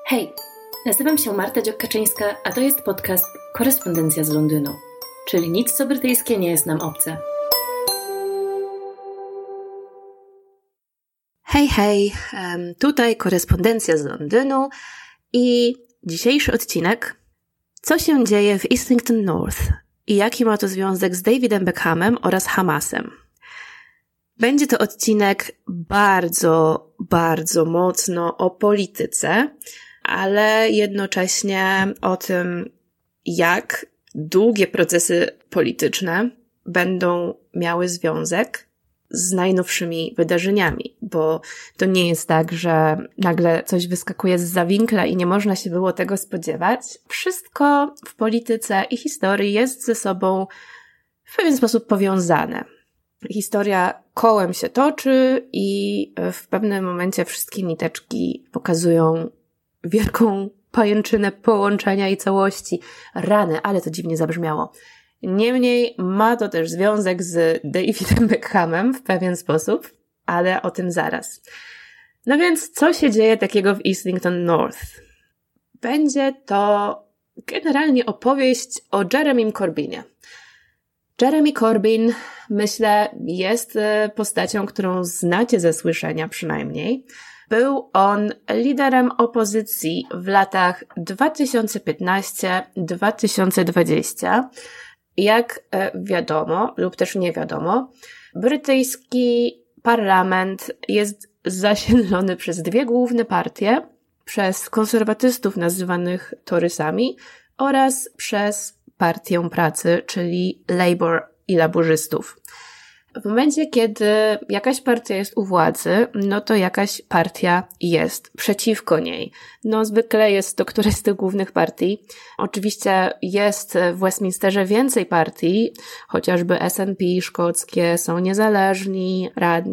Hej, nazywam się Marta Dziokaczyńska, a to jest podcast Korespondencja z Londynu, czyli nic co brytyjskie nie jest nam obce. Hej, tutaj Korespondencja z Londynu i dzisiejszy odcinek: co się dzieje w Islington North i jaki ma to związek z Davidem Beckhamem oraz Hamasem. Będzie to odcinek bardzo mocno o polityce, ale jednocześnie o tym, jak długie procesy polityczne będą miały związek z najnowszymi wydarzeniami, bo to nie jest tak, że nagle coś wyskakuje zza winkla i nie można się było tego spodziewać. Wszystko w polityce i historii jest ze sobą w pewien sposób powiązane. Historia kołem się toczy i w pewnym momencie wszystkie niteczki pokazują wielką pajęczynę połączenia i całości. Rany, ale to dziwnie zabrzmiało. Niemniej ma to też związek z Davidem Beckhamem w pewien sposób, ale o tym zaraz. No więc co się dzieje takiego w Islington North? Będzie to generalnie opowieść o Jeremym Corbynie. Jeremy Corbyn, myślę, jest postacią, którą znacie ze słyszenia przynajmniej. Był on liderem opozycji w latach 2015-2020. Jak wiadomo, lub też nie wiadomo, brytyjski parlament jest zasiedlony przez dwie główne partie, przez konserwatystów nazywanych Torysami oraz przez Partię Pracy, czyli Labour i laburzystów. W momencie, kiedy jakaś partia jest u władzy, no to jakaś partia jest przeciwko niej. No zwykle jest to któraś z tych głównych partii. Oczywiście jest w Westminsterze więcej partii, chociażby SNP szkockie, są niezależni,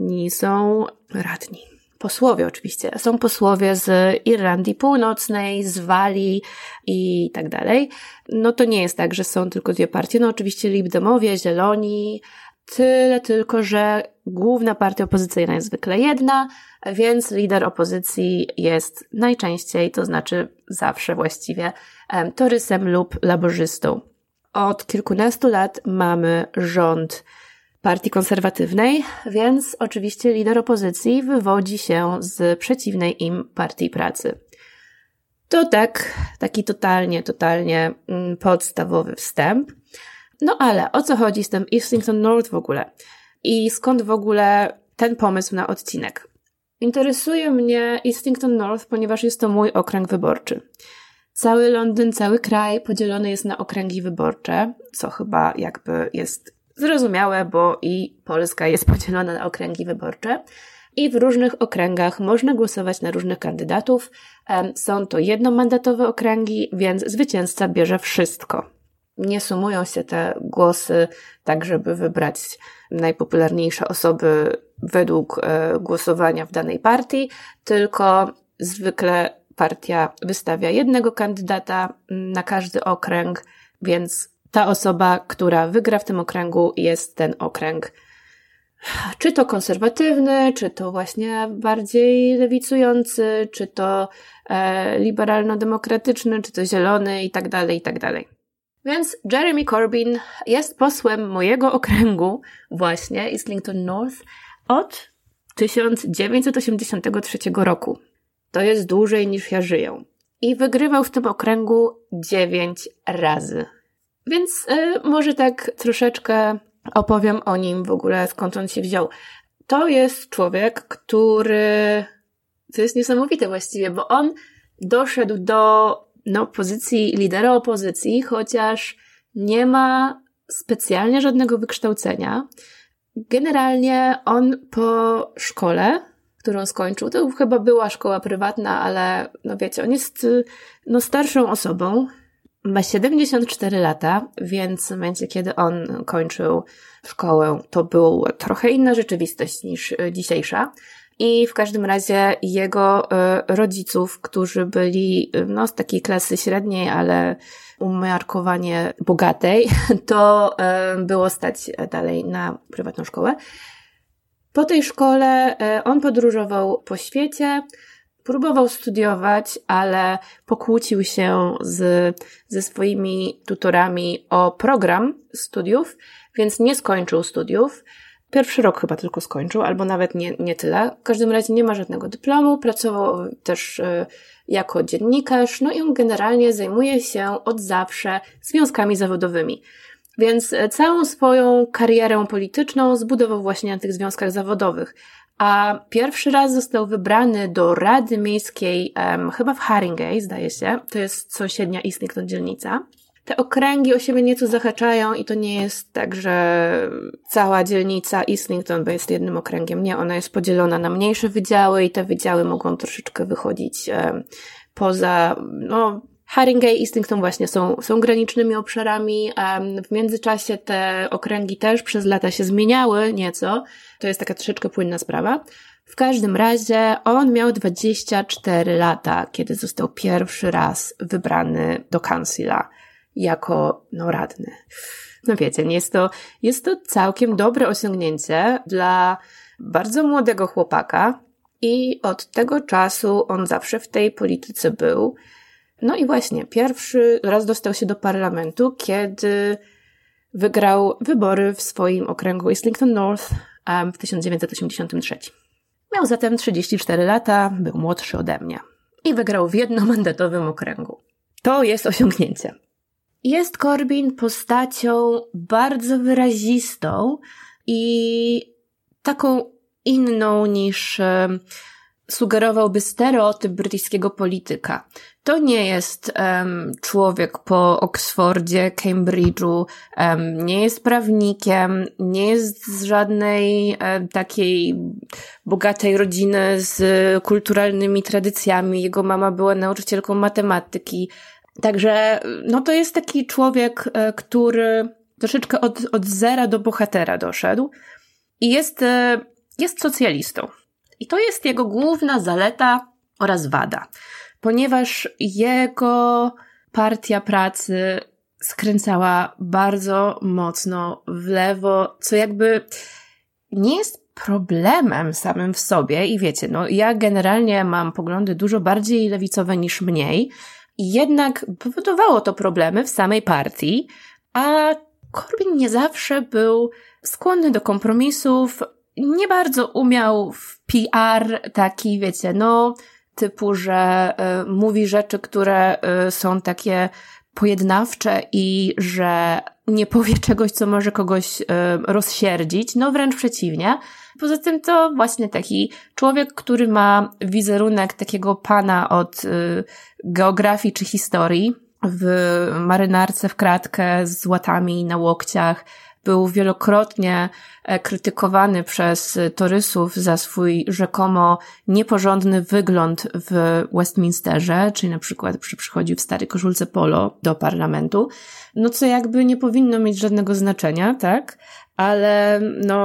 posłowie oczywiście. Są posłowie z Irlandii Północnej, z Walii i tak dalej. No to nie jest tak, że są tylko dwie partie. No oczywiście Lib Demowie, Zieloni, tyle tylko, że główna partia opozycyjna jest zwykle jedna, więc lider opozycji jest najczęściej, to znaczy zawsze właściwie, torysem lub laborzystą. Od kilkunastu lat mamy rząd partii konserwatywnej, więc oczywiście lider opozycji wywodzi się z przeciwnej im Partii Pracy. To taki totalnie podstawowy wstęp. No ale o co chodzi z tym Islington North w ogóle? I skąd w ogóle ten pomysł na odcinek? Interesuje mnie Islington North, ponieważ jest to mój okręg wyborczy. Cały Londyn, cały kraj podzielony jest na okręgi wyborcze, co chyba jakby jest zrozumiałe, bo i Polska jest podzielona na okręgi wyborcze i w różnych okręgach można głosować na różnych kandydatów. Są to jednomandatowe okręgi, więc zwycięzca bierze wszystko. Nie sumują się te głosy tak, żeby wybrać najpopularniejsze osoby według głosowania w danej partii, tylko zwykle partia wystawia jednego kandydata na każdy okręg, więc ta osoba, która wygra w tym okręgu, jest ten okręg czy to konserwatywny, czy to właśnie bardziej lewicujący, czy to liberalno-demokratyczny, czy to zielony i tak dalej. Więc Jeremy Corbyn jest posłem mojego okręgu, właśnie Islington North, od 1983 roku. To jest dłużej niż ja żyję. I wygrywał w tym okręgu 9 razy. Więc może tak troszeczkę opowiem o nim w ogóle, skąd on się wziął. To jest człowiek, to jest niesamowite właściwie, bo on doszedł do pozycji lidera opozycji, chociaż nie ma specjalnie żadnego wykształcenia. Generalnie on po szkole, którą skończył, to chyba była szkoła prywatna, ale wiecie, on jest starszą osobą, ma 74 lata, więc w momencie, kiedy on kończył szkołę, to była trochę inna rzeczywistość niż dzisiejsza. I w każdym razie jego rodziców, którzy byli z takiej klasy średniej, ale umiarkowanie bogatej, to było stać dalej na prywatną szkołę. Po tej szkole on podróżował po świecie, próbował studiować, ale pokłócił się ze swoimi tutorami o program studiów, więc nie skończył studiów. Pierwszy rok chyba tylko skończył, albo nawet nie tyle. W każdym razie nie ma żadnego dyplomu, pracował też jako dziennikarz, no i on generalnie zajmuje się od zawsze związkami zawodowymi. Więc całą swoją karierę polityczną zbudował właśnie na tych związkach zawodowych. A pierwszy raz został wybrany do Rady Miejskiej, chyba w Haringey, zdaje się. To jest sąsiednia Islington dzielnica. Te okręgi o siebie nieco zahaczają i to nie jest tak, że cała dzielnica Islington jest jednym okręgiem. Nie, ona jest podzielona na mniejsze wydziały i te wydziały mogą troszeczkę wychodzić poza, Haringey i Islington właśnie są granicznymi obszarami. W międzyczasie te okręgi też przez lata się zmieniały nieco. To jest taka troszeczkę płynna sprawa. W każdym razie on miał 24 lata, kiedy został pierwszy raz wybrany do councila jako radny. No wiecie, jest to całkiem dobre osiągnięcie dla bardzo młodego chłopaka i od tego czasu on zawsze w tej polityce był. No i właśnie, pierwszy raz dostał się do parlamentu, kiedy wygrał wybory w swoim okręgu Islington North w 1983. Miał zatem 34 lata, był młodszy ode mnie i wygrał w jednomandatowym okręgu. To jest osiągnięcie. Jest Corbyn postacią bardzo wyrazistą i taką inną niż sugerowałby stereotyp brytyjskiego polityka. To nie jest człowiek po Oksfordzie, Cambridge'u, nie jest prawnikiem, nie jest z żadnej takiej bogatej rodziny z kulturalnymi tradycjami. Jego mama była nauczycielką matematyki. Także to jest taki człowiek, który troszeczkę od zera do bohatera doszedł i jest socjalistą. I to jest jego główna zaleta oraz wada, ponieważ jego partia pracy skręcała bardzo mocno w lewo, co jakby nie jest problemem samym w sobie. I wiecie, ja generalnie mam poglądy dużo bardziej lewicowe niż mniej, i jednak powodowało to problemy w samej partii, a Corbyn nie zawsze był skłonny do kompromisów, nie bardzo umiał w PR taki, wiecie, typu, że mówi rzeczy, które są takie pojednawcze i że nie powie czegoś, co może kogoś rozsierdzić, wręcz przeciwnie. Poza tym to właśnie taki człowiek, który ma wizerunek takiego pana od geografii czy historii, w marynarce w kratkę z łatami na łokciach. Był wielokrotnie krytykowany przez torysów za swój rzekomo nieporządny wygląd w Westminsterze, czyli na przykład przychodził w starej koszulce polo do parlamentu, co jakby nie powinno mieć żadnego znaczenia, tak? Ale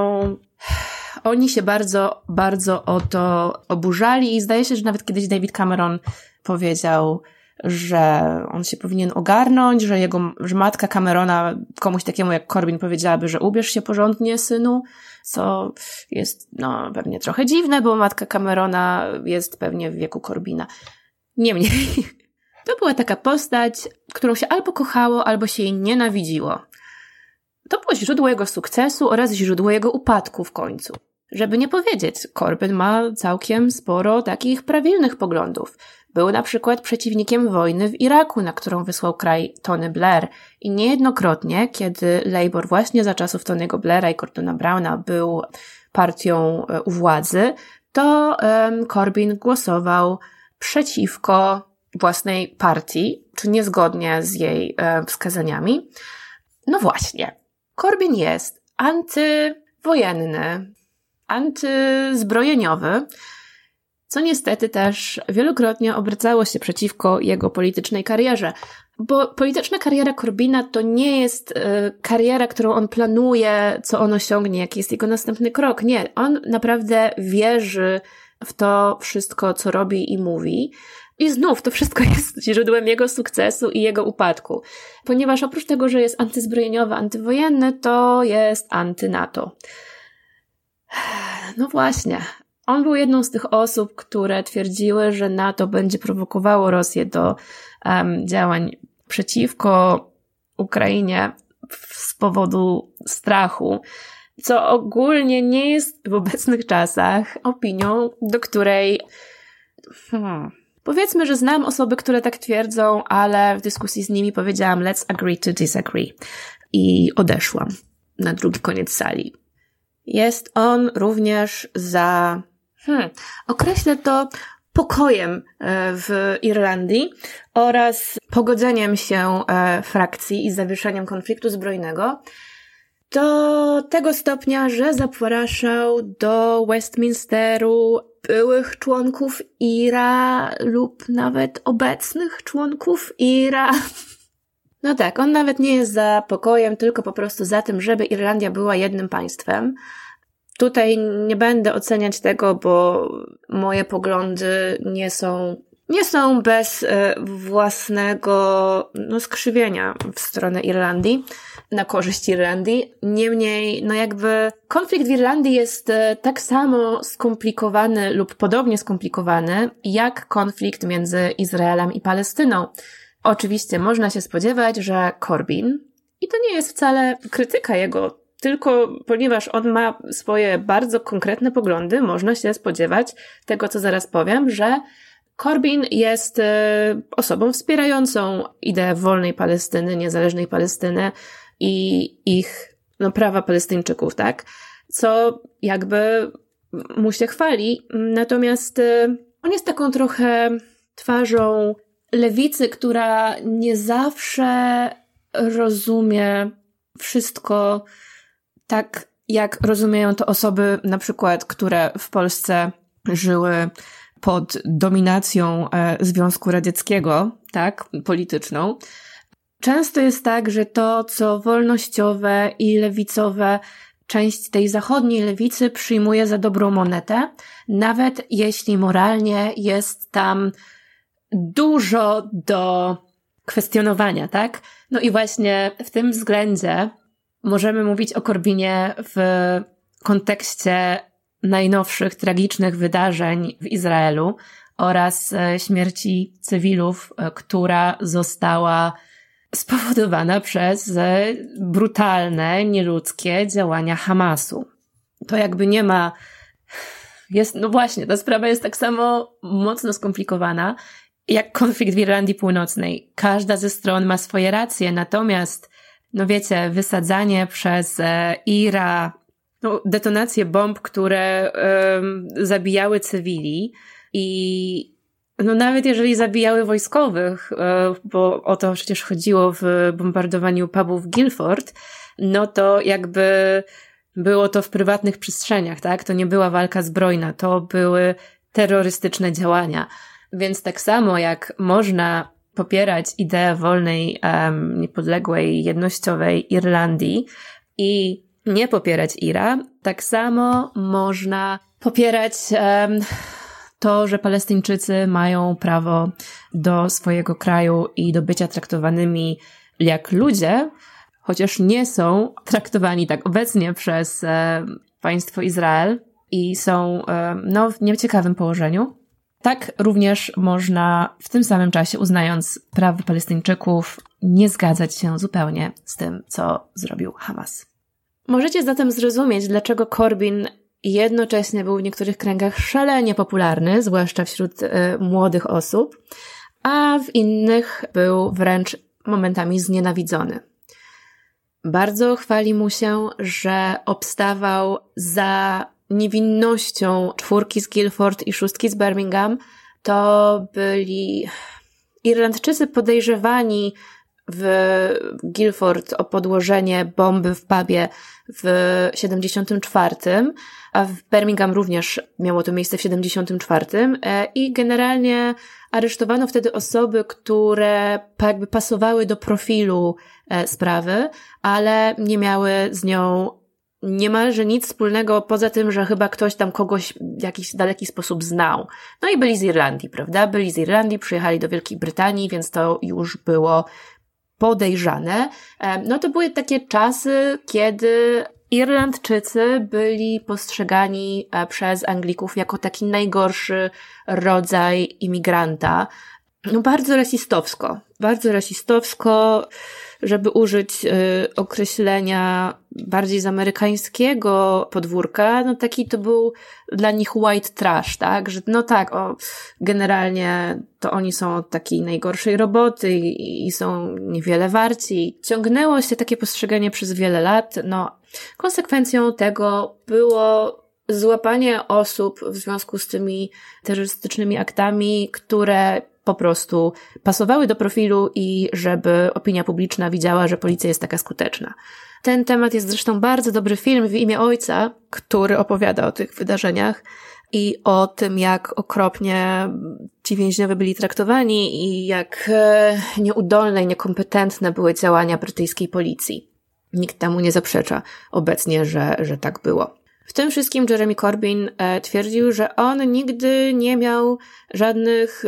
oni się bardzo, bardzo o to oburzali i zdaje się, że nawet kiedyś David Cameron powiedział, że on się powinien ogarnąć, że matka Camerona komuś takiemu jak Corbyn powiedziałaby, że ubierz się porządnie, synu, co jest pewnie trochę dziwne, bo matka Camerona jest pewnie w wieku Corbyna. Niemniej, to była taka postać, którą się albo kochało, albo się jej nienawidziło. To było źródło jego sukcesu oraz źródło jego upadku w końcu. Żeby nie powiedzieć, Corbyn ma całkiem sporo takich prawilnych poglądów. Był na przykład przeciwnikiem wojny w Iraku, na którą wysłał kraj Tony Blair. I niejednokrotnie, kiedy Labour właśnie za czasów Tony'ego Blaira i Gordona Browna był partią u władzy, to Corbyn głosował przeciwko własnej partii, czy niezgodnie z jej wskazaniami. No właśnie, Corbyn jest antywojenny, antyzbrojeniowy, co niestety też wielokrotnie obracało się przeciwko jego politycznej karierze. Bo polityczna kariera Corbyna to nie jest kariera, którą on planuje, co on osiągnie, jaki jest jego następny krok. Nie, on naprawdę wierzy w to wszystko, co robi i mówi. I znów to wszystko jest źródłem jego sukcesu i jego upadku. Ponieważ oprócz tego, że jest antyzbrojeniowy, antywojenny, to jest anty-NATO. No właśnie. On był jedną z tych osób, które twierdziły, że NATO będzie prowokowało Rosję do działań przeciwko Ukrainie z powodu strachu, co ogólnie nie jest w obecnych czasach opinią, do której powiedzmy, że znam osoby, które tak twierdzą, ale w dyskusji z nimi powiedziałam let's agree to disagree i odeszłam na drugi koniec sali. Jest on również za określę to pokojem w Irlandii oraz pogodzeniem się frakcji i zawieszeniem konfliktu zbrojnego do tego stopnia, że zapraszał do Westminsteru byłych członków IRA lub nawet obecnych członków IRA. No tak, on nawet nie jest za pokojem, tylko po prostu za tym, żeby Irlandia była jednym państwem. Tutaj nie będę oceniać tego, bo moje poglądy nie są bez własnego skrzywienia w stronę Irlandii, na korzyść Irlandii. Niemniej, jakby konflikt w Irlandii jest tak samo skomplikowany lub podobnie skomplikowany jak konflikt między Izraelem i Palestyną. Oczywiście można się spodziewać, że Corbyn, i to nie jest wcale krytyka jego, tylko ponieważ on ma swoje bardzo konkretne poglądy, można się spodziewać tego, co zaraz powiem, że Corbyn jest osobą wspierającą ideę wolnej Palestyny, niezależnej Palestyny i ich prawa Palestyńczyków, tak? Co jakby mu się chwali. Natomiast on jest taką trochę twarzą lewicy, która nie zawsze rozumie wszystko tak, jak rozumieją to osoby, na przykład, które w Polsce żyły pod dominacją Związku Radzieckiego, tak, polityczną. Często jest tak, że to, co wolnościowe i lewicowe, część tej zachodniej lewicy przyjmuje za dobrą monetę, nawet jeśli moralnie jest tam dużo do kwestionowania, tak? No i właśnie w tym względzie możemy mówić o Corbynie w kontekście najnowszych tragicznych wydarzeń w Izraelu oraz śmierci cywilów, która została spowodowana przez brutalne, nieludzkie działania Hamasu. To jakby nie ma... ta sprawa jest tak samo mocno skomplikowana jak konflikt w Irlandii Północnej. Każda ze stron ma swoje racje, natomiast wysadzanie przez IRA, detonacje bomb, które zabijały cywili i nawet jeżeli zabijały wojskowych, bo o to przecież chodziło w bombardowaniu pubów w Guildford, to jakby było to w prywatnych przestrzeniach, tak? To nie była walka zbrojna, to były terrorystyczne działania. Więc tak samo jak można popierać ideę wolnej, niepodległej, jednościowej Irlandii i nie popierać IRA, tak samo można popierać to, że Palestyńczycy mają prawo do swojego kraju i do bycia traktowanymi jak ludzie, chociaż nie są traktowani tak obecnie przez państwo Izrael i są w nieciekawym położeniu. Tak również można w tym samym czasie, uznając prawa Palestyńczyków, nie zgadzać się zupełnie z tym, co zrobił Hamas. Możecie zatem zrozumieć, dlaczego Corbyn jednocześnie był w niektórych kręgach szalenie popularny, zwłaszcza wśród młodych osób, a w innych był wręcz momentami znienawidzony. Bardzo chwali mu się, że obstawał za niewinnością 4 z Guildford i 6 z Birmingham. To byli Irlandczycy podejrzewani w Guildford o podłożenie bomby w pubie w 74, a w Birmingham również miało to miejsce w 74 i generalnie aresztowano wtedy osoby, które jakby pasowały do profilu sprawy, ale nie miały z nią niemalże nic wspólnego poza tym, że chyba ktoś tam kogoś w jakiś daleki sposób znał. No i byli z Irlandii, prawda? Byli z Irlandii, przyjechali do Wielkiej Brytanii, więc to już było podejrzane. To były takie czasy, kiedy Irlandczycy byli postrzegani przez Anglików jako taki najgorszy rodzaj imigranta. No bardzo rasistowsko, żeby użyć określenia bardziej z amerykańskiego podwórka, no taki to był dla nich white trash, tak, że no tak, generalnie to oni są od takiej najgorszej roboty i są niewiele warci. Ciągnęło się takie postrzeganie przez wiele lat, no konsekwencją tego było złapanie osób w związku z tymi terrorystycznymi aktami, które po prostu pasowały do profilu i żeby opinia publiczna widziała, że policja jest taka skuteczna. Ten temat jest zresztą bardzo dobry film W imię ojca, który opowiada o tych wydarzeniach i o tym, jak okropnie ci więźniowie byli traktowani i jak nieudolne i niekompetentne były działania brytyjskiej policji. Nikt temu nie zaprzecza obecnie, że tak było. W tym wszystkim Jeremy Corbyn twierdził, że on nigdy nie miał żadnych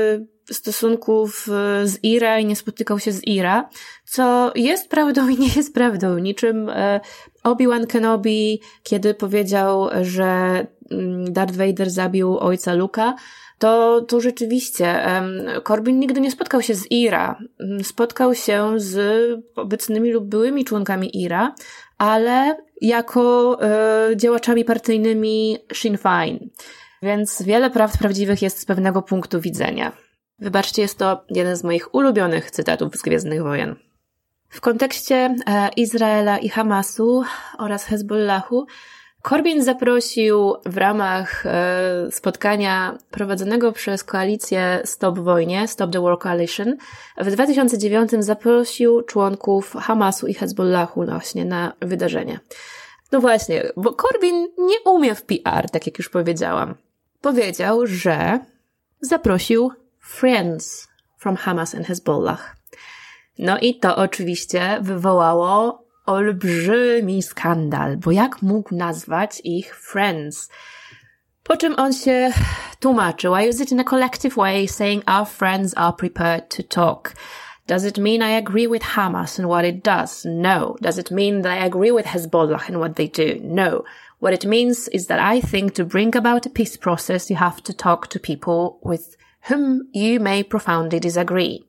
stosunków z IRA i nie spotykał się z IRA, co jest prawdą i nie jest prawdą. Niczym Obi-Wan Kenobi, kiedy powiedział, że Darth Vader zabił ojca Luke'a, to rzeczywiście Corbyn nigdy nie spotkał się z IRA. Spotkał się z obecnymi lub byłymi członkami IRA, ale jako działaczami partyjnymi Sinn Féin. Więc wiele prawd prawdziwych jest z pewnego punktu widzenia. Wybaczcie, jest to jeden z moich ulubionych cytatów z Gwiezdnych Wojen. W kontekście Izraela i Hamasu oraz Hezbollahu Corbyn zaprosił w ramach spotkania prowadzonego przez koalicję Stop Wojnie, Stop the War Coalition, w 2009 zaprosił członków Hamasu i Hezbollahu właśnie na wydarzenie. No właśnie, bo Corbyn nie umie w PR, tak jak już powiedziałam. Powiedział, że zaprosił friends from Hamas and Hezbollah. No i to oczywiście wywołało olbrzymi skandal, bo jak mógł nazwać ich friends? Po czym on się tłumaczył. I use it in a collective way, saying our friends are prepared to talk. Does it mean I agree with Hamas and what it does? No. Does it mean that I agree with Hezbollah and what they do? No. What it means is that I think to bring about a peace process, you have to talk to people with whom you may profoundly disagree.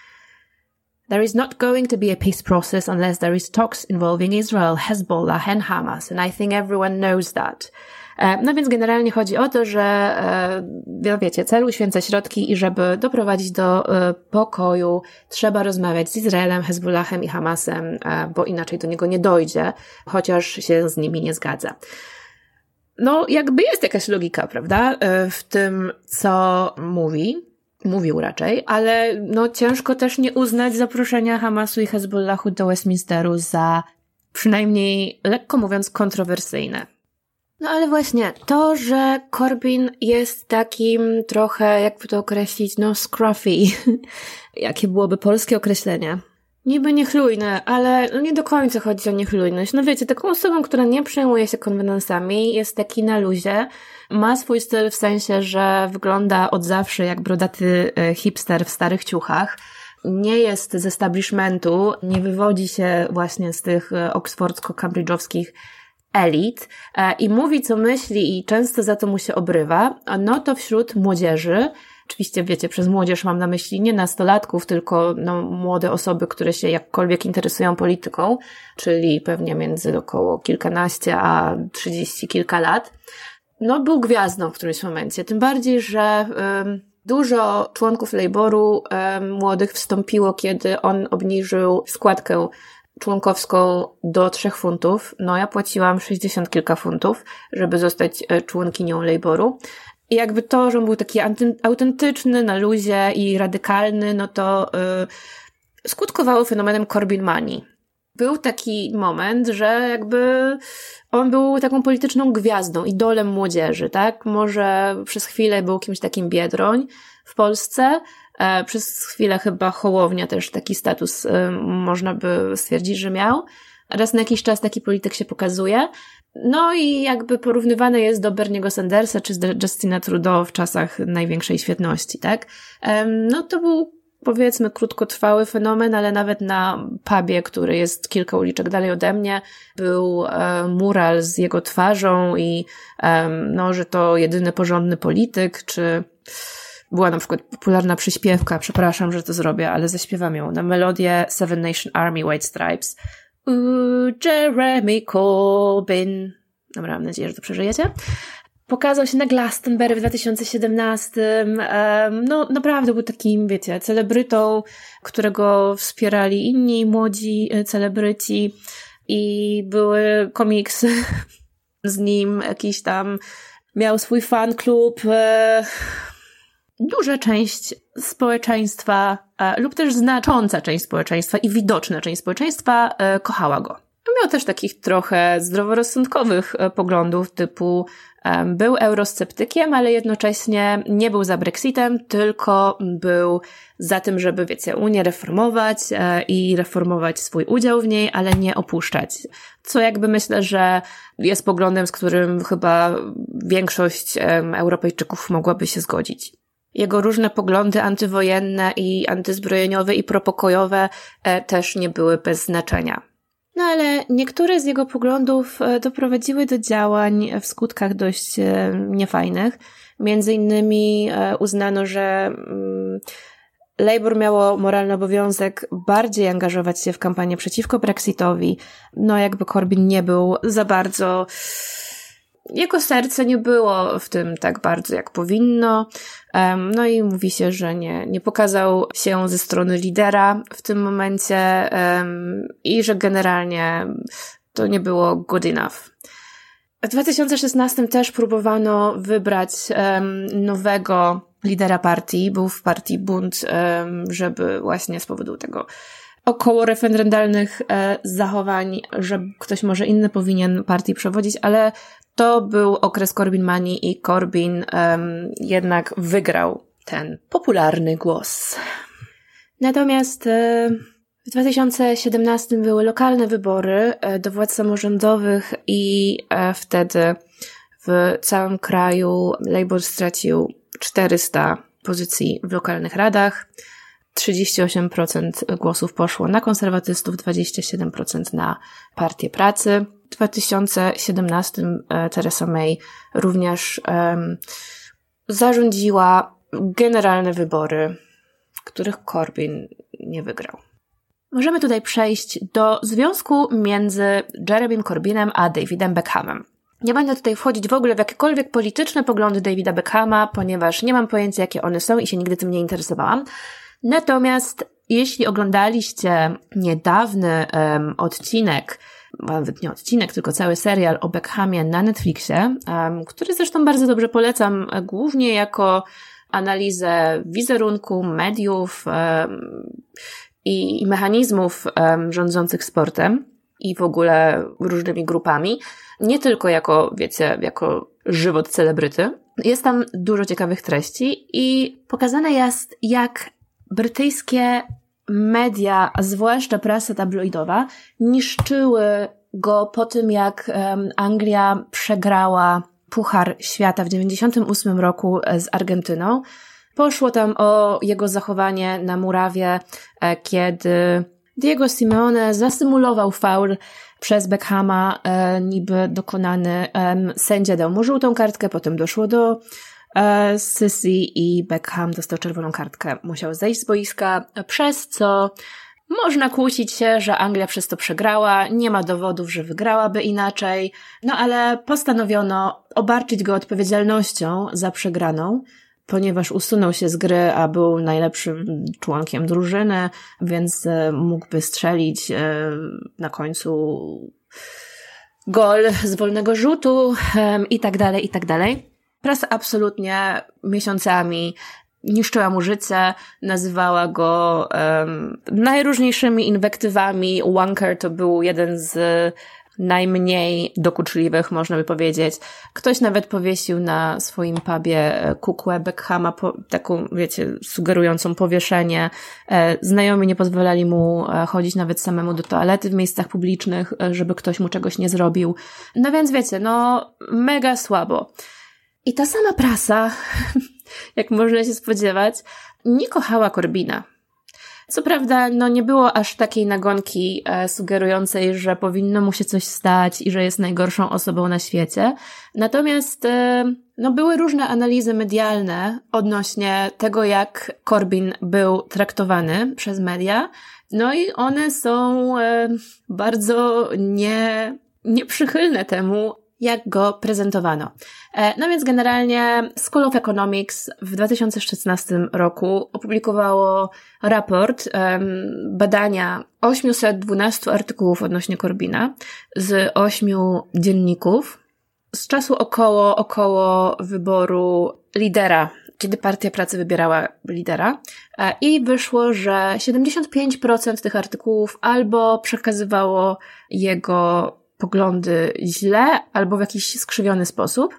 There is not going to be a peace process unless there is talks involving Israel, Hezbollah and Hamas, and I think everyone knows that. No więc generalnie chodzi o to, że wiecie, cel uświęca środki i żeby doprowadzić do pokoju, trzeba rozmawiać z Izraelem, Hezbollahem i Hamasem, bo inaczej do niego nie dojdzie, chociaż się z nimi nie zgadza. No jakby jest jakaś logika, prawda, w tym, co mówił raczej, ale no ciężko też nie uznać zaproszenia Hamasu i Hezbollahu do Westminsteru za przynajmniej, lekko mówiąc, kontrowersyjne. No ale właśnie, to, że Corbyn jest takim trochę, jakby to określić, no scruffy, jakie byłoby polskie określenie? Niby niechlujne, ale no nie do końca chodzi o niechlujność. No wiecie, taką osobą, która nie przejmuje się konwenansami, jest taki na luzie, ma swój styl w sensie, że wygląda od zawsze jak brodaty hipster w starych ciuchach, nie jest z establishmentu, nie wywodzi się właśnie z tych oksfordzko-cambridge'owskich elit i mówi, co myśli i często za to mu się obrywa, no to wśród młodzieży, oczywiście wiecie, przez młodzież mam na myśli nie nastolatków, tylko no, młode osoby, które się jakkolwiek interesują polityką, czyli pewnie między około kilkanaście a 30 kilka lat, no był gwiazdą w którymś momencie. Tym bardziej, że dużo członków Labouru młodych wstąpiło, kiedy on obniżył składkę członkowską do 3 funtów. No ja płaciłam 60 kilka funtów, żeby zostać członkinią Labouru. I jakby to, że on był taki autentyczny, na luzie i radykalny, no to skutkowało fenomenem Corbyn Money. Był taki moment, że jakby on był taką polityczną gwiazdą, idolem młodzieży, tak? Może przez chwilę był kimś takim Biedroń w Polsce, przez chwilę chyba Hołownia też taki status można by stwierdzić, że miał. Raz na jakiś czas taki polityk się pokazuje. No i jakby porównywany jest do Berniego Sandersa czy Justina Trudeau w czasach największej świetności, tak? No to był powiedzmy krótkotrwały fenomen, ale nawet na pubie, który jest kilka uliczek dalej ode mnie, był mural z jego twarzą i że to jedyny porządny polityk, czy była na przykład popularna przyśpiewka, przepraszam, że to zrobię, ale zaśpiewam ją na melodię Seven Nation Army White Stripes. Jeremy Corbyn. Dobra, mam nadzieję, że to przeżyjecie. Pokazał się na Glastonbury w 2017. Naprawdę był takim, wiecie, celebrytą, którego wspierali inni młodzi celebryci i były komiksy z nim, jakiś tam miał swój fan klub. Duża część społeczeństwa lub też znacząca część społeczeństwa i widoczna część społeczeństwa kochała go. Miał też takich trochę zdroworozsądkowych poglądów typu był eurosceptykiem, ale jednocześnie nie był za Brexitem, tylko był za tym, żeby, wiecie, Unię reformować i reformować swój udział w niej, ale nie opuszczać. Co jakby myślę, że jest poglądem, z którym chyba większość Europejczyków mogłaby się zgodzić. Jego różne poglądy antywojenne i antyzbrojeniowe i propokojowe też nie były bez znaczenia. No ale niektóre z jego poglądów doprowadziły do działań w skutkach dość niefajnych. Między innymi uznano, że Labour miało moralny obowiązek bardziej angażować się w kampanię przeciwko Brexitowi. No jakby Corbyn nie był za bardzo... Jego serce nie było w tym tak bardzo, jak powinno. No i mówi się, że nie pokazał się ze strony lidera w tym momencie i że generalnie to nie było good enough. W 2016 też próbowano wybrać nowego lidera partii. Był w partii bunt, żeby właśnie z powodu tego około referendalnych zachowań, że ktoś może inny powinien partii przewodzić, ale to był okres Corbyn-manii i Corbyn jednak wygrał ten popularny głos. Natomiast w 2017 były lokalne wybory do władz samorządowych i wtedy w całym kraju Labour stracił 400 pozycji w lokalnych radach. 38% głosów poszło na konserwatystów, 27% na Partię Pracy. W 2017 Theresa May również zarządziła generalne wybory, których Corbyn nie wygrał. Możemy tutaj przejść do związku między Jeremym Corbynem a Davidem Beckhamem. Nie będę tutaj wchodzić w ogóle w jakiekolwiek polityczne poglądy Davida Beckhama, ponieważ nie mam pojęcia, jakie one są i się nigdy tym nie interesowałam. Natomiast jeśli oglądaliście niedawny odcinek, nawet nie odcinek, tylko cały serial o Beckhamie na Netflixie, który zresztą bardzo dobrze polecam, głównie jako analizę wizerunku, mediów i mechanizmów rządzących sportem i w ogóle różnymi grupami, nie tylko jako, wiecie, jako żywot celebryty. Jest tam dużo ciekawych treści i pokazane jest, jak brytyjskie media, a zwłaszcza prasa tabloidowa, niszczyły go po tym, jak Anglia przegrała Puchar Świata w 1998 roku z Argentyną. Poszło tam o jego zachowanie na murawie, kiedy Diego Simeone zasymulował faul przez Beckhama, niby dokonany. Sędzia dał mu żółtą kartkę, potem doszło do Sisi i Beckham dostał czerwoną kartkę. Musiał zejść z boiska, przez co można kłócić się, że Anglia przez to przegrała. Nie ma dowodów, że wygrałaby inaczej. No ale postanowiono obarczyć go odpowiedzialnością za przegraną, ponieważ usunął się z gry, a był najlepszym członkiem drużyny, więc mógłby strzelić na końcu gol z wolnego rzutu i tak dalej, i tak dalej. Prasa absolutnie miesiącami niszczyła mu życie, nazywała go najróżniejszymi inwektywami. Wanker to był jeden z najmniej dokuczliwych, można by powiedzieć. Ktoś nawet powiesił na swoim pubie kukłę Beckhama, taką, wiecie, sugerującą powieszenie. Znajomi nie pozwalali mu chodzić nawet samemu do toalety w miejscach publicznych, żeby ktoś mu czegoś nie zrobił. No więc wiecie, no mega słabo. I ta sama prasa, jak można się spodziewać, nie kochała Corbyna. Co prawda, nie było aż takiej nagonki sugerującej, że powinno mu się coś stać i że jest najgorszą osobą na świecie. Natomiast były różne analizy medialne odnośnie tego, jak Corbyn był traktowany przez media. No i one są bardzo nieprzychylne temu, jak go prezentowano. No więc generalnie School of Economics w 2016 roku opublikowało raport badania 812 artykułów odnośnie Corbyna z 8 dzienników z czasu około wyboru lidera, kiedy Partia Pracy wybierała lidera, i wyszło, że 75% tych artykułów albo przekazywało jego poglądy źle, albo w jakiś skrzywiony sposób.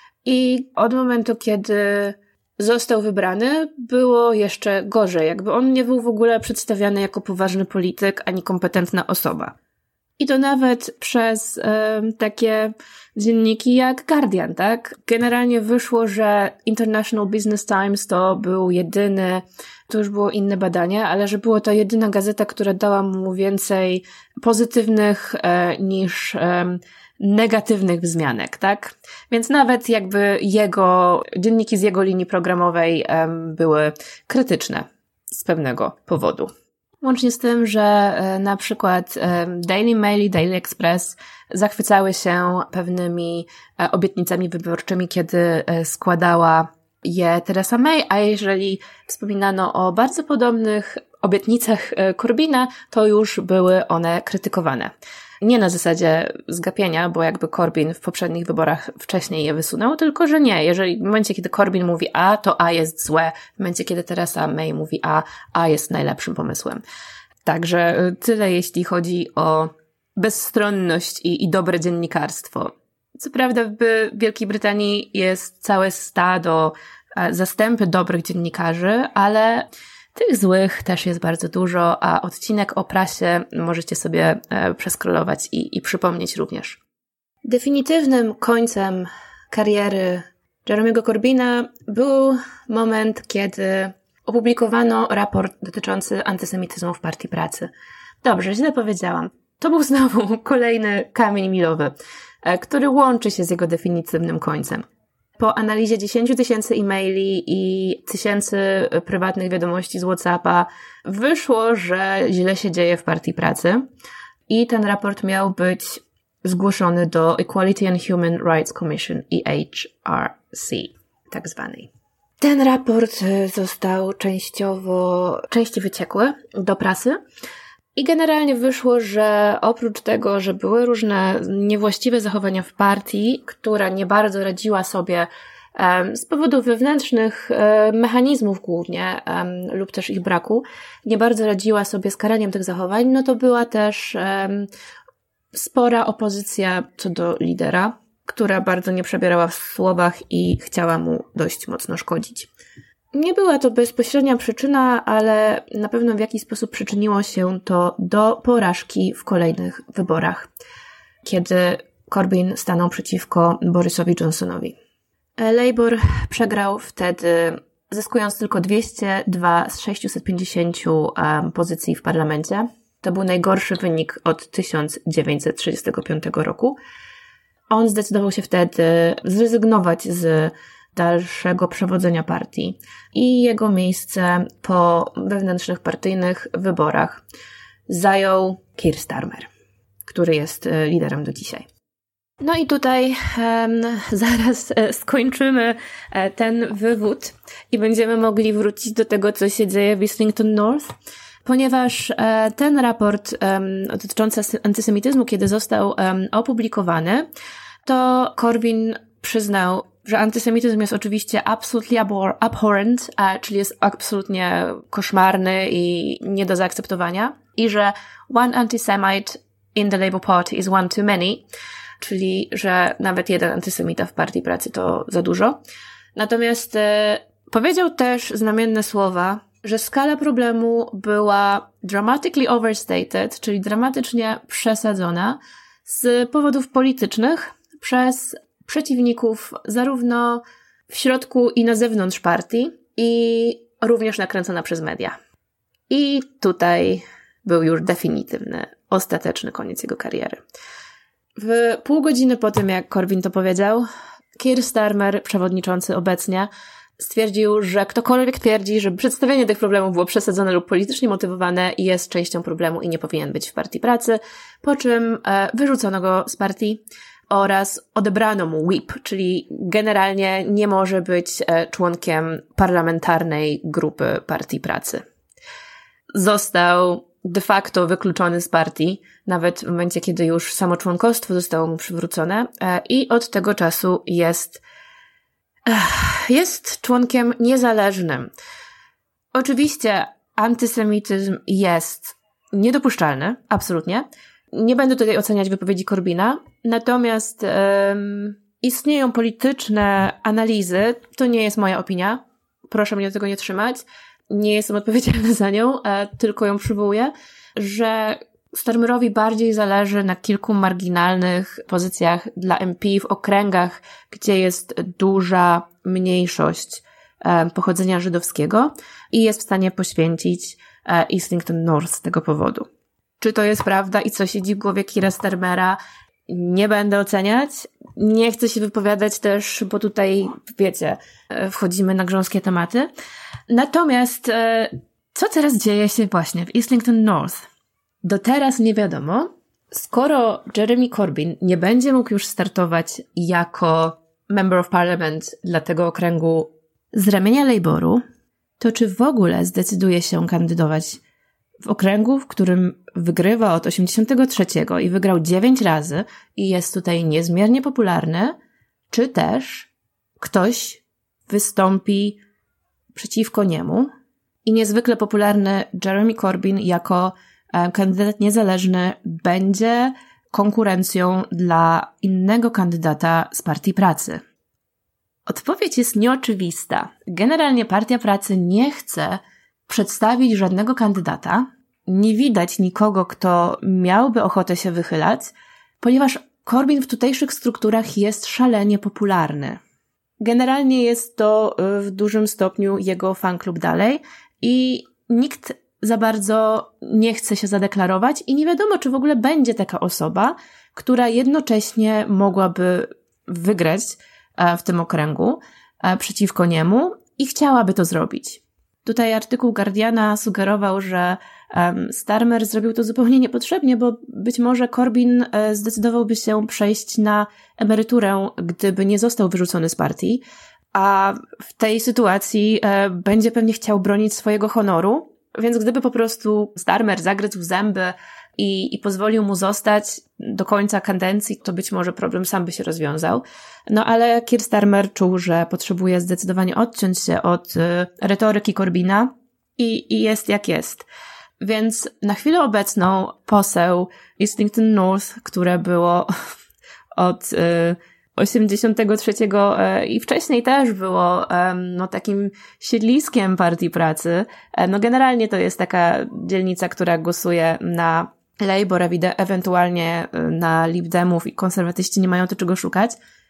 I od momentu, kiedy został wybrany, było jeszcze gorzej. Jakby on nie był w ogóle przedstawiany jako poważny polityk, ani kompetentna osoba. I to nawet przez takie dzienniki jak Guardian, tak? Generalnie wyszło, że International Business Times to był jedyny, to już było inne badanie, ale że było to jedyna gazeta, która dała mu więcej pozytywnych niż negatywnych wzmianek, tak? Więc nawet jakby dzienniki z jego linii programowej były krytyczne z pewnego powodu. Łącznie z tym, że na przykład Daily Mail i Daily Express zachwycały się pewnymi obietnicami wyborczymi, kiedy składała je Theresa May, a jeżeli wspominano o bardzo podobnych obietnicach Corbyna, to już były one krytykowane. Nie na zasadzie zgapienia, bo jakby Corbyn w poprzednich wyborach wcześniej je wysunął, tylko że nie. Jeżeli w momencie, kiedy Corbyn mówi A, to A jest złe. W momencie, kiedy Theresa May mówi A jest najlepszym pomysłem. Także tyle, jeśli chodzi o bezstronność i dobre dziennikarstwo. Co prawda w Wielkiej Brytanii jest całe stado, zastępy dobrych dziennikarzy, ale tych złych też jest bardzo dużo, a odcinek o prasie możecie sobie przeskrolować i przypomnieć również. Definitywnym końcem kariery Jeremy'ego Corbyna był moment, kiedy opublikowano raport dotyczący antysemityzmu w Partii Pracy. Dobrze, źle powiedziałam. To był znowu kolejny kamień milowy, który łączy się z jego definitywnym końcem. Po analizie 10 000 e-maili i tysięcy prywatnych wiadomości z WhatsAppa wyszło, że źle się dzieje w Partii Pracy i ten raport miał być zgłoszony do Equality and Human Rights Commission, EHRC, tak zwanej. Ten raport został części wyciekły do prasy i generalnie wyszło, że oprócz tego, że były różne niewłaściwe zachowania w partii, która nie bardzo radziła sobie z powodów wewnętrznych mechanizmów głównie lub też ich braku, nie bardzo radziła sobie z karaniem tych zachowań, no to była też spora opozycja co do lidera, która bardzo nie przebierała w słowach i chciała mu dość mocno szkodzić. Nie była to bezpośrednia przyczyna, ale na pewno w jakiś sposób przyczyniło się to do porażki w kolejnych wyborach, kiedy Corbyn stanął przeciwko Borisowi Johnsonowi. Labour przegrał wtedy, zyskując tylko 202 z 650 pozycji w parlamencie. To był najgorszy wynik od 1935 roku. On zdecydował się wtedy zrezygnować z dalszego przewodzenia partii i jego miejsce po wewnętrznych partyjnych wyborach zajął Keir Starmer, który jest liderem do dzisiaj. No i tutaj zaraz skończymy ten wywód i będziemy mogli wrócić do tego, co się dzieje w Islington North, ponieważ ten raport dotyczący antysemityzmu, kiedy został opublikowany, to Corbyn przyznał, że antysemityzm jest oczywiście absolutely abhorrent, czyli jest absolutnie koszmarny i nie do zaakceptowania, i że one anti-Semite in the Labour Party is one too many, czyli że nawet jeden antysemita w Partii Pracy to za dużo. Natomiast powiedział też znamienne słowa, że skala problemu była dramatically overstated, czyli dramatycznie przesadzona z powodów politycznych przez przeciwników zarówno w środku i na zewnątrz partii i również nakręcona przez media. I tutaj był już definitywny, ostateczny koniec jego kariery. W pół godziny po tym, jak Corbyn to powiedział, Keir Starmer, przewodniczący obecnie, stwierdził, że ktokolwiek twierdzi, że przedstawienie tych problemów było przesadzone lub politycznie motywowane, jest częścią problemu i nie powinien być w Partii Pracy, po czym wyrzucono go z partii oraz odebrano mu whip, czyli generalnie nie może być członkiem parlamentarnej grupy Partii Pracy. Został de facto wykluczony z partii, nawet w momencie, kiedy już samo członkostwo zostało mu przywrócone i od tego czasu jest członkiem niezależnym. Oczywiście antysemityzm jest niedopuszczalny, absolutnie. Nie będę tutaj oceniać wypowiedzi Corbyna, natomiast istnieją polityczne analizy, to nie jest moja opinia, proszę mnie do tego nie trzymać, nie jestem odpowiedzialna za nią, tylko ją przywołuję, że Starmerowi bardziej zależy na kilku marginalnych pozycjach dla MP w okręgach, gdzie jest duża mniejszość pochodzenia żydowskiego i jest w stanie poświęcić Islington North z tego powodu. Czy to jest prawda i co siedzi w głowie Keira Starmera? Nie będę oceniać. Nie chcę się wypowiadać też, bo tutaj, wiecie, wchodzimy na grząskie tematy. Natomiast co teraz dzieje się właśnie w Islington North? Do teraz nie wiadomo. Skoro Jeremy Corbyn nie będzie mógł już startować jako Member of Parliament dla tego okręgu z ramienia Labouru, to czy w ogóle zdecyduje się kandydować w okręgu, w którym wygrywa od 83 i wygrał 9 razy i jest tutaj niezmiernie popularny, czy też ktoś wystąpi przeciwko niemu i niezwykle popularny Jeremy Corbyn jako kandydat niezależny będzie konkurencją dla innego kandydata z Partii Pracy. Odpowiedź jest nieoczywista. Generalnie Partia Pracy nie chce przedstawić żadnego kandydata. Nie widać nikogo, kto miałby ochotę się wychylać, ponieważ Corbyn w tutejszych strukturach jest szalenie popularny. Generalnie jest to w dużym stopniu jego fanklub dalej i nikt za bardzo nie chce się zadeklarować i nie wiadomo, czy w ogóle będzie taka osoba, która jednocześnie mogłaby wygrać w tym okręgu przeciwko niemu i chciałaby to zrobić. Tutaj artykuł Guardiana sugerował, że Starmer zrobił to zupełnie niepotrzebnie, bo być może Corbyn zdecydowałby się przejść na emeryturę, gdyby nie został wyrzucony z partii, a w tej sytuacji będzie pewnie chciał bronić swojego honoru, więc gdyby po prostu Starmer zagryzł w zęby i pozwolił mu zostać do końca kadencji, to być może problem sam by się rozwiązał. No ale Keir Starmer czuł, że potrzebuje zdecydowanie odciąć się od retoryki Corbyna i jest jak jest. Więc na chwilę obecną poseł Islington North, które było od 83 i wcześniej też było takim siedliskiem Partii Pracy. No generalnie to jest taka dzielnica, która głosuje na Labour, ewentualnie na Lib Demów i konserwatyści nie mają tu czego szukać.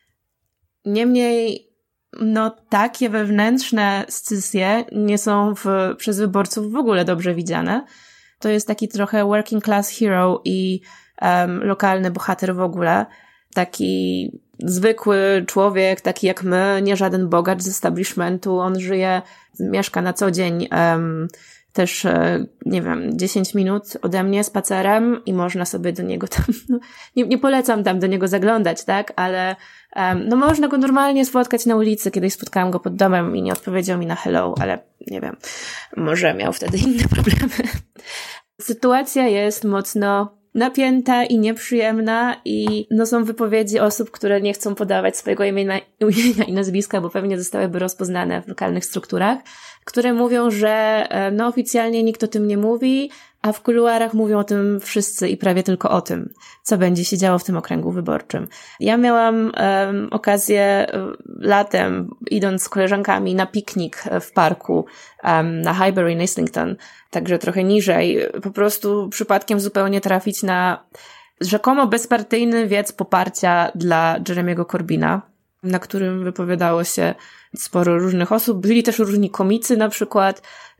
Niemniej takie wewnętrzne scysje nie są przez wyborców w ogóle dobrze widziane. To jest taki trochę working class hero i lokalny bohater w ogóle. Taki zwykły człowiek, taki jak my, nie żaden bogacz z establishmentu. On mieszka na co dzień też, 10 minut ode mnie spacerem i można sobie do niego tam, nie polecam tam do niego zaglądać, tak, ale można go normalnie spotkać na ulicy. Kiedyś spotkałam go pod domem i nie odpowiedział mi na hello, ale nie wiem, może miał wtedy inne problemy. Sytuacja jest mocno napięta i nieprzyjemna i są wypowiedzi osób, które nie chcą podawać swojego imienia i nazwiska, bo pewnie zostałyby rozpoznane w lokalnych strukturach, które mówią, że oficjalnie nikt o tym nie mówi, a w kuluarach mówią o tym wszyscy i prawie tylko o tym, co będzie się działo w tym okręgu wyborczym. Ja miałam okazję latem, idąc z koleżankami na piknik w parku na Highbury in Islington, także trochę niżej, po prostu przypadkiem zupełnie trafić na rzekomo bezpartyjny wiec poparcia dla Jeremy'ego Corbyna, na którym wypowiadało się sporo różnych osób. Byli też różni komicy na przykład,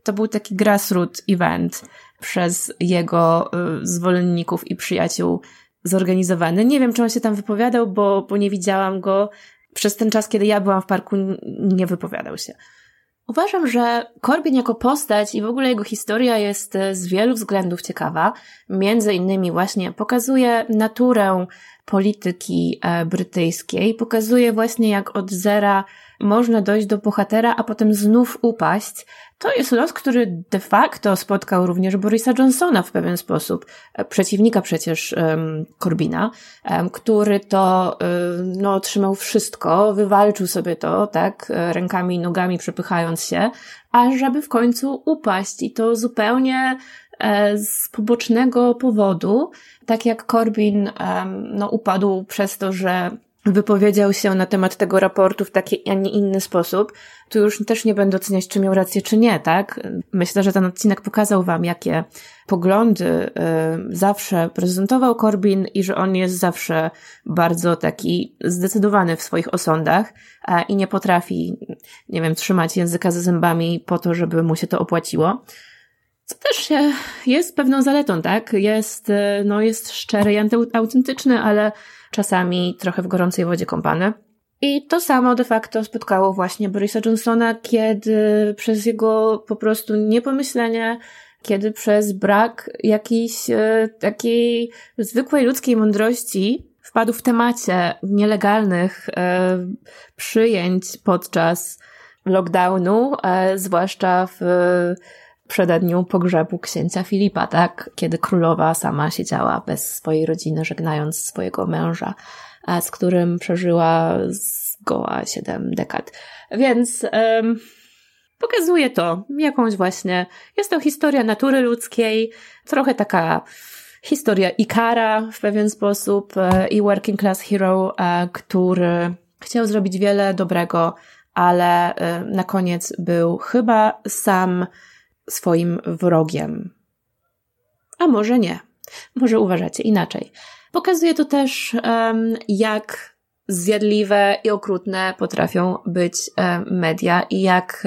to był taki grassroots event przez jego zwolenników i przyjaciół zorganizowany. Nie wiem, czy on się tam wypowiadał, bo nie widziałam go. Przez ten czas, kiedy ja byłam w parku, nie wypowiadał się. Uważam, że Corbyn jako postać i w ogóle jego historia jest z wielu względów ciekawa. Między innymi właśnie pokazuje naturę polityki brytyjskiej, pokazuje właśnie jak od zera można dojść do bohatera, a potem znów upaść. To jest los, który de facto spotkał również Borisa Johnsona w pewien sposób, przeciwnika przecież Corbyna, który to otrzymał wszystko, wywalczył sobie to, tak, rękami i nogami przepychając się, ażeby w końcu upaść i to zupełnie z pobocznego powodu, tak jak Corbyn upadł przez to, że wypowiedział się na temat tego raportu w taki, a nie inny sposób. Tu już też nie będę oceniać, czy miał rację, czy nie, tak? Myślę, że ten odcinek pokazał wam, jakie poglądy zawsze prezentował Corbyn i że on jest zawsze bardzo taki zdecydowany w swoich osądach i nie potrafi, nie wiem, trzymać języka za zębami po to, żeby mu się to opłaciło. Co też jest pewną zaletą, tak? Jest szczery i autentyczny, ale czasami trochę w gorącej wodzie kąpany. I to samo de facto spotkało właśnie Borisa Johnsona, kiedy przez jego po prostu niepomyślenie, kiedy przez brak jakiejś takiej zwykłej ludzkiej mądrości wpadł w temacie nielegalnych przyjęć podczas lockdownu, zwłaszcza w przededniu pogrzebu księcia Filipa, tak? Kiedy królowa sama siedziała bez swojej rodziny, żegnając swojego męża, z którym przeżyła zgoła 7 dekad. Więc pokazuje to jakąś właśnie, jest to historia natury ludzkiej, trochę taka historia Ikara w pewien sposób i working class hero, który chciał zrobić wiele dobrego, ale na koniec był chyba sam swoim wrogiem. A może nie. Może uważacie inaczej. Pokazuje to też, jak zjadliwe i okrutne potrafią być media i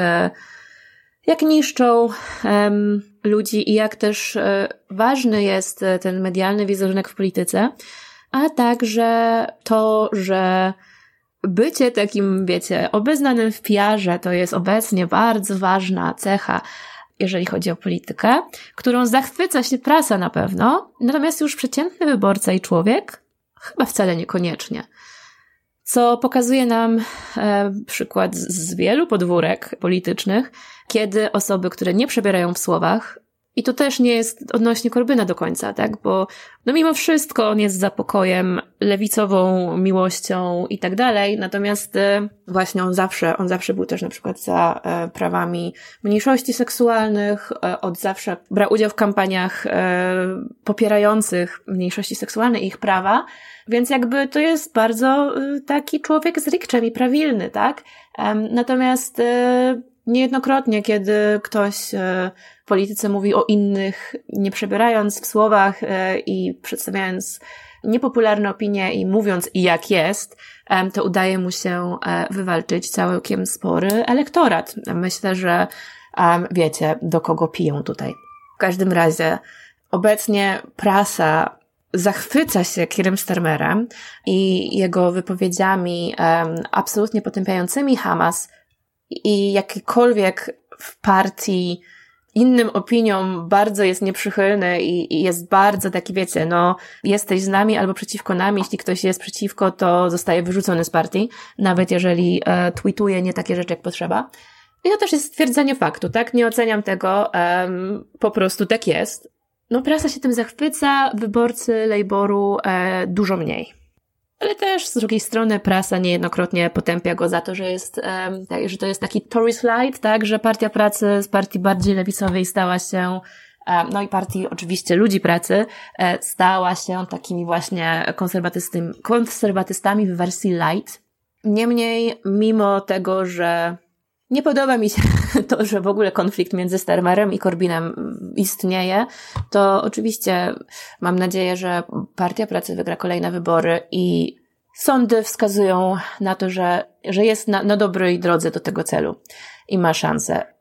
jak niszczą ludzi i jak też ważny jest ten medialny wizerunek w polityce, a także to, że bycie takim, wiecie, obeznanym w PR-ze to jest obecnie bardzo ważna cecha, jeżeli chodzi o politykę, którą zachwyca się prasa na pewno, natomiast już przeciętny wyborca i człowiek chyba wcale niekoniecznie. Co pokazuje nam przykład z wielu podwórek politycznych, kiedy osoby, które nie przebierają w słowach, i to też nie jest odnośnie Corbyna do końca, tak, bo mimo wszystko on jest za pokojem, lewicową miłością i tak dalej, natomiast właśnie on zawsze był też na przykład za prawami mniejszości seksualnych, od zawsze brał udział w kampaniach popierających mniejszości seksualne i ich prawa, więc jakby to jest bardzo taki człowiek z rikczem i prawilny, tak, natomiast niejednokrotnie, kiedy ktoś w polityce mówi o innych, nie przebierając w słowach i przedstawiając niepopularne opinie i mówiąc jak jest, to udaje mu się wywalczyć całkiem spory elektorat. Myślę, że wiecie, do kogo piją tutaj. W każdym razie obecnie prasa zachwyca się Keirem Starmerem i jego wypowiedziami absolutnie potępiającymi Hamas i jakikolwiek w partii innym opiniom bardzo jest nieprzychylny i jest bardzo taki, wiecie, jesteś z nami albo przeciwko nami, jeśli ktoś jest przeciwko, to zostaje wyrzucony z partii, nawet jeżeli tweetuje nie takie rzeczy, jak potrzeba. I to też jest stwierdzenie faktu, tak? Nie oceniam tego, po prostu tak jest. Prasa się tym zachwyca, wyborcy Labouru dużo mniej. Ale też z drugiej strony prasa niejednokrotnie potępia go za to, że to jest taki Tories light, tak, że Partia Pracy z partii bardziej lewicowej stała się, i partii oczywiście ludzi pracy, stała się takimi właśnie konserwatystami w wersji light. Niemniej, mimo tego, że nie podoba mi się to, że w ogóle konflikt między Starmerem i Corbynem istnieje, to oczywiście mam nadzieję, że Partia Pracy wygra kolejne wybory i sądy wskazują na to, że jest na dobrej drodze do tego celu i ma szansę.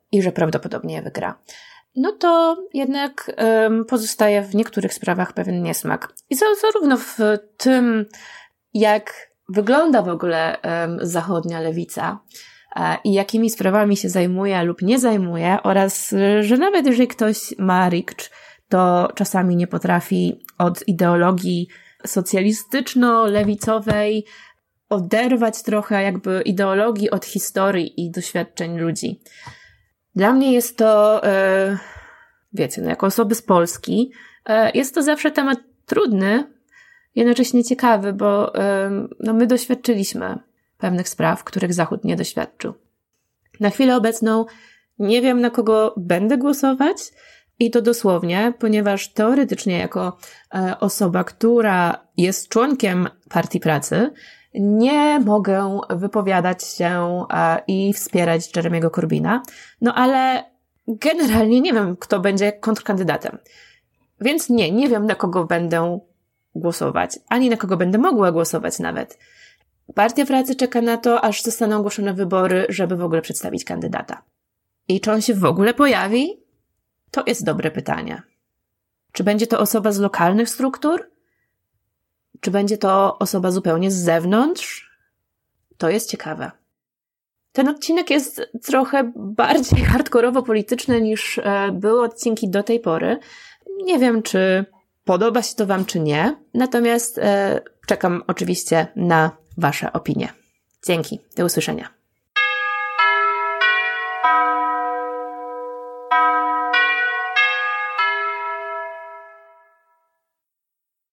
i że prawdopodobnie wygra. No to jednak pozostaje w niektórych sprawach pewien niesmak. I zarówno w tym, jak wygląda w ogóle zachodnia lewica i jakimi sprawami się zajmuje lub nie zajmuje, oraz że nawet jeżeli ktoś ma rikcz, to czasami nie potrafi od ideologii socjalistyczno-lewicowej oderwać trochę jakby ideologii od historii i doświadczeń ludzi. Dla mnie jest to, wiecie, jako osoby z Polski, jest to zawsze temat trudny, jednocześnie ciekawy, bo my doświadczyliśmy pewnych spraw, których Zachód nie doświadczył. Na chwilę obecną nie wiem, na kogo będę głosować i to dosłownie, ponieważ teoretycznie jako osoba, która jest członkiem Partii Pracy, nie mogę wypowiadać się i wspierać Jeremy'ego Corbyna, no ale generalnie nie wiem, kto będzie kontrkandydatem. Więc nie wiem, na kogo będę głosować, ani na kogo będę mogła głosować nawet. Partia Pracy czeka na to, aż zostaną ogłoszone wybory, żeby w ogóle przedstawić kandydata. I czy on się w ogóle pojawi? To jest dobre pytanie. Czy będzie to osoba z lokalnych struktur? Czy będzie to osoba zupełnie z zewnątrz? To jest ciekawe. Ten odcinek jest trochę bardziej hardkorowo polityczny niż były odcinki do tej pory. Nie wiem, czy podoba się to Wam, czy nie. Natomiast czekam oczywiście na Wasze opinie. Dzięki. Do usłyszenia.